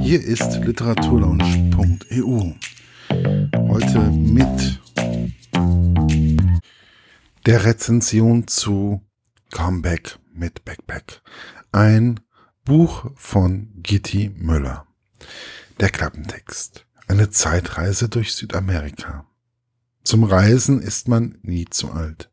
Hier ist literaturlaunch.eu. Heute mit der Rezension zu Comeback mit Backpack. Ein Buch von Gitti Müller. Der Klappentext. Eine Zeitreise durch Südamerika. Zum Reisen ist man nie zu alt.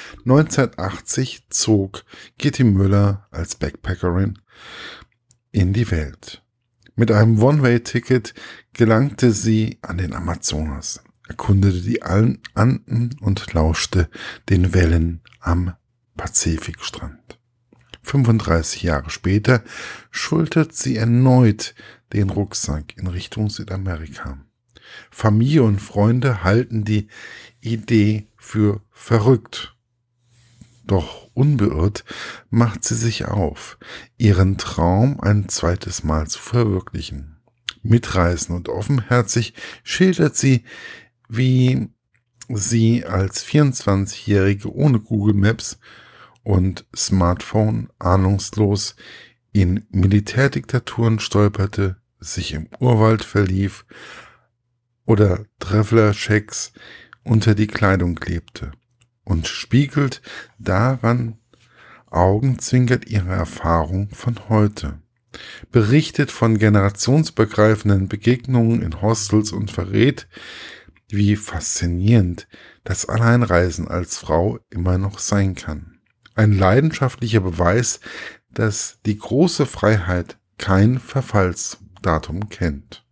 1980 zog Gitti Müller als Backpackerin in die Welt. Mit einem One-Way-Ticket gelangte sie an den Amazonas, erkundete die Anden und lauschte den Wellen am Pazifikstrand. 35 Jahre später schultert sie erneut den Rucksack in Richtung Südamerika. Familie und Freunde halten die Idee für verrückt. Doch unbeirrt macht sie sich auf, ihren Traum ein zweites Mal zu verwirklichen. Mitreißend und offenherzig schildert sie, wie sie als 24-Jährige ohne Google Maps und Smartphone ahnungslos in Militärdiktaturen stolperte, sich im Urwald verlief oder Traveler-Checks unter die Kleidung klebte und spiegelt daran augenzwinkert ihre Erfahrung von heute. Berichtet von generationsübergreifenden Begegnungen in Hostels und verrät, wie faszinierend das Alleinreisen als Frau immer noch sein kann. Ein leidenschaftlicher Beweis, dass die große Freiheit kein Verfallsdatum kennt.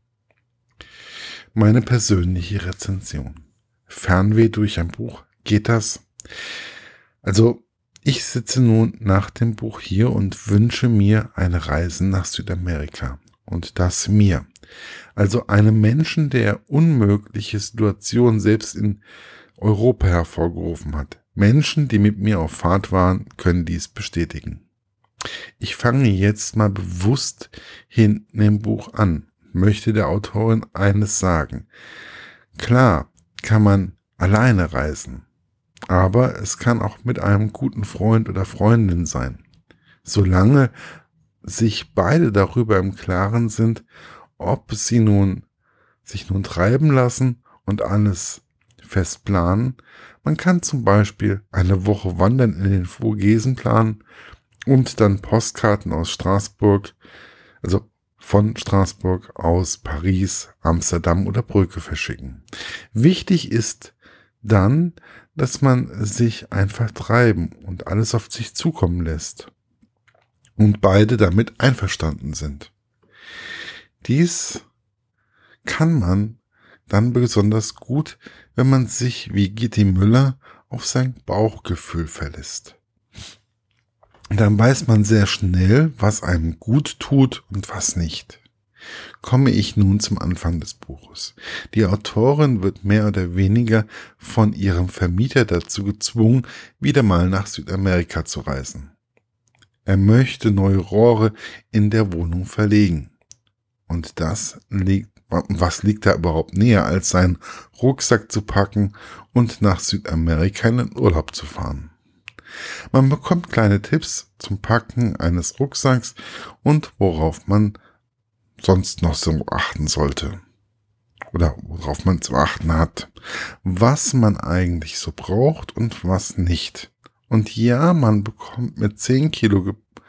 Meine persönliche Rezension. Fernweh durch ein Buch. Geht das? Also, ich sitze nun nach dem Buch hier und wünsche mir eine Reise nach Südamerika. Und das mir. Also einem Menschen, der unmögliche Situationen selbst in Europa hervorgerufen hat. Menschen, die mit mir auf Fahrt waren, können dies bestätigen. Ich fange jetzt mal bewusst hinten im Buch an, möchte der Autorin eines sagen. Klar kann man alleine reisen. Aber es kann auch mit einem guten Freund oder Freundin sein. Solange sich beide darüber im Klaren sind, ob sie sich nun treiben lassen und alles fest planen. Man kann zum Beispiel eine Woche wandern in den Vogesen planen und dann Postkarten aus Straßburg, also von Straßburg aus Paris, Amsterdam oder Brügge verschicken. Wichtig ist dann, dass man sich einfach treiben und alles auf sich zukommen lässt und beide damit einverstanden sind. Dies kann man dann besonders gut, wenn man sich wie Gitti Müller auf sein Bauchgefühl verlässt. Dann weiß man sehr schnell, was einem gut tut und was nicht. Komme ich nun zum Anfang des Buches. Die Autorin wird mehr oder weniger von ihrem Vermieter dazu gezwungen, wieder mal nach Südamerika zu reisen. Er möchte neue Rohre in der Wohnung verlegen. Und was liegt da überhaupt näher, als seinen Rucksack zu packen und nach Südamerika in den Urlaub zu fahren? Man bekommt kleine Tipps zum Packen eines Rucksacks und worauf man sonst noch so achten sollte. Oder worauf man zu achten hat. Was man eigentlich so braucht und was nicht. Und ja, man kommt mit 10 Kilo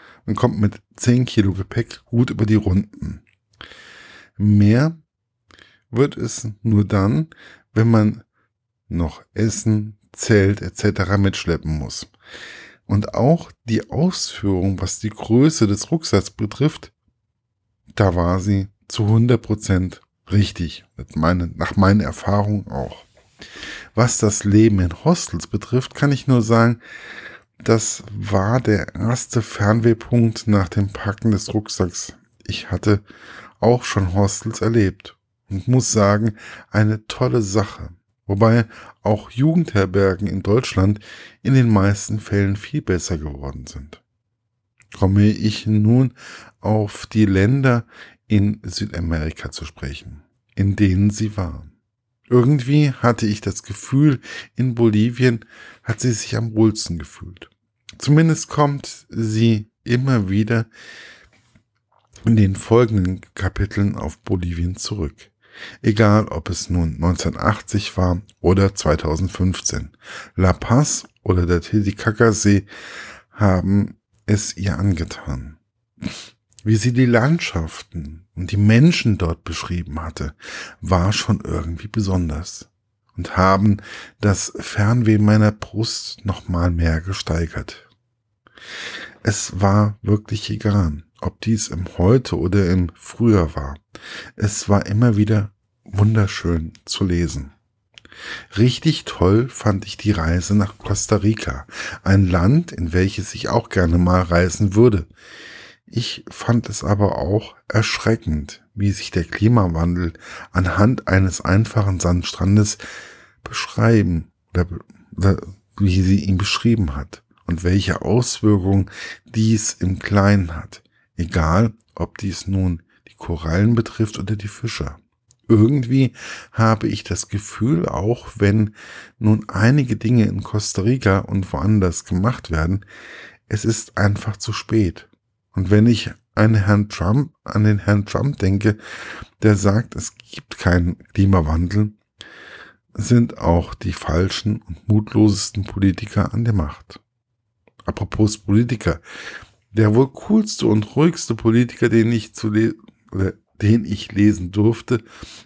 Gepäck gut über die Runden. Mehr wird es nur dann, wenn man noch Essen, Zelt etc. mitschleppen muss. Und auch die Ausführung, was die Größe des Rucksacks betrifft, da war sie zu 100% richtig, nach meinen Erfahrungen auch. Was das Leben in Hostels betrifft, kann ich nur sagen, das war der erste Fernwehpunkt nach dem Packen des Rucksacks. Ich hatte auch schon Hostels erlebt und muss sagen, eine tolle Sache. Wobei auch Jugendherbergen in Deutschland in den meisten Fällen viel besser geworden sind. Komme ich nun auf die Länder in Südamerika zu sprechen, in denen sie war. Irgendwie hatte ich das Gefühl, in Bolivien hat sie sich am wohlsten gefühlt. Zumindest kommt sie immer wieder in den folgenden Kapiteln auf Bolivien zurück. Egal, ob es nun 1980 war oder 2015. La Paz oder der Titicaca-See haben es ihr angetan. Wie sie die Landschaften und die Menschen dort beschrieben hatte, war schon irgendwie besonders und haben das Fernweh meiner Brust noch mal mehr gesteigert. Es war wirklich egal, ob dies im Heute oder im Früher war. Es war immer wieder wunderschön zu lesen. Richtig toll fand ich die Reise nach Costa Rica, ein Land, in welches ich auch gerne mal reisen würde. Ich fand es aber auch erschreckend, wie sich der Klimawandel anhand eines einfachen Sandstrandes beschreiben oder wie sie ihn beschrieben hat und welche Auswirkungen dies im Kleinen hat, egal ob dies nun die Korallen betrifft oder die Fischer. Irgendwie habe ich das Gefühl, auch wenn nun einige Dinge in Costa Rica und woanders gemacht werden, es ist einfach zu spät. Und wenn ich an den Herrn Trump denke, der sagt, es gibt keinen Klimawandel, sind auch die falschen und mutlosesten Politiker an der Macht. Apropos Politiker, der wohl coolste und ruhigste Politiker, den ich lesen durfte,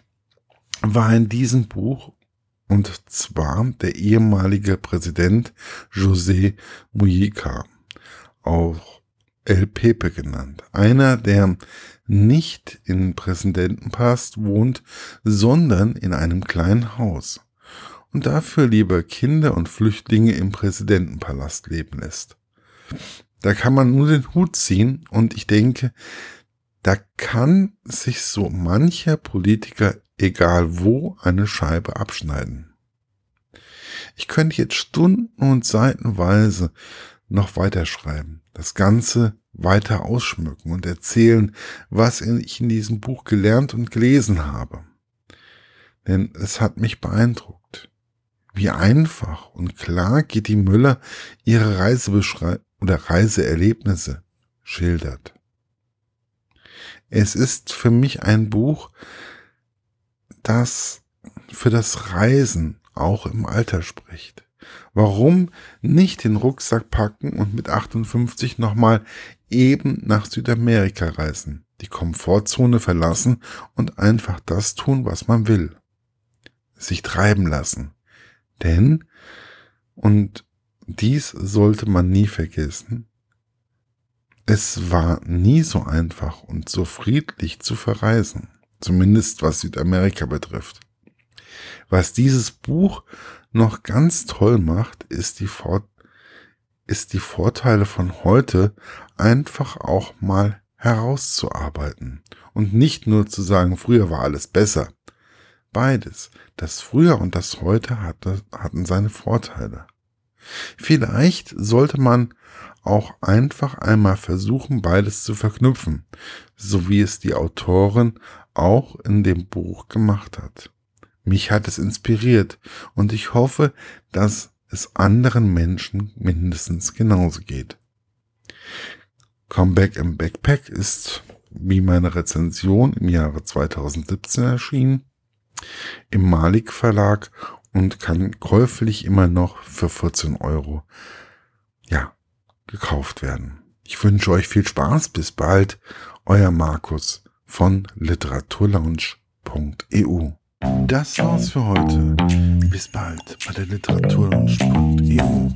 war in diesem Buch, und zwar der ehemalige Präsident José Mujica, auch El Pepe genannt. Einer, der nicht in Präsidentenpalast wohnt, sondern in einem kleinen Haus und dafür lieber Kinder und Flüchtlinge im Präsidentenpalast leben lässt. Da kann man nur den Hut ziehen und ich denke, da kann sich so mancher Politiker, egal wo, eine Scheibe abschneiden. Ich könnte jetzt Stunden und seitenweise noch weiterschreiben, das Ganze weiter ausschmücken und erzählen, was ich in diesem Buch gelernt und gelesen habe. Denn es hat mich beeindruckt, wie einfach und klar Gitti Müller ihre Reiseerlebnisse schildert. Es ist für mich ein Buch, das für das Reisen auch im Alter spricht. Warum nicht den Rucksack packen und mit 58 nochmal eben nach Südamerika reisen, die Komfortzone verlassen und einfach das tun, was man will. Sich treiben lassen. Denn, und dies sollte man nie vergessen, es war nie so einfach und so friedlich zu verreisen, zumindest was Südamerika betrifft. Was dieses Buch noch ganz toll macht, ist die Vorteile von heute einfach auch mal herauszuarbeiten und nicht nur zu sagen, früher war alles besser. Beides, das Früher und das Heute hatten seine Vorteile. Vielleicht sollte man auch einfach einmal versuchen, beides zu verknüpfen, so wie es die Autorin auch in dem Buch gemacht hat. Mich hat es inspiriert und ich hoffe, dass es anderen Menschen mindestens genauso geht. Comeback im Backpack ist, wie meine Rezension, im Jahre 2017 erschienen, im Malik Verlag und kann käuflich immer noch für 14 € gekauft werden. Ich wünsche euch viel Spaß, bis bald, euer Markus von literaturlaunch.eu. Das war's für heute. Bis bald bei der literaturlaunch.eu.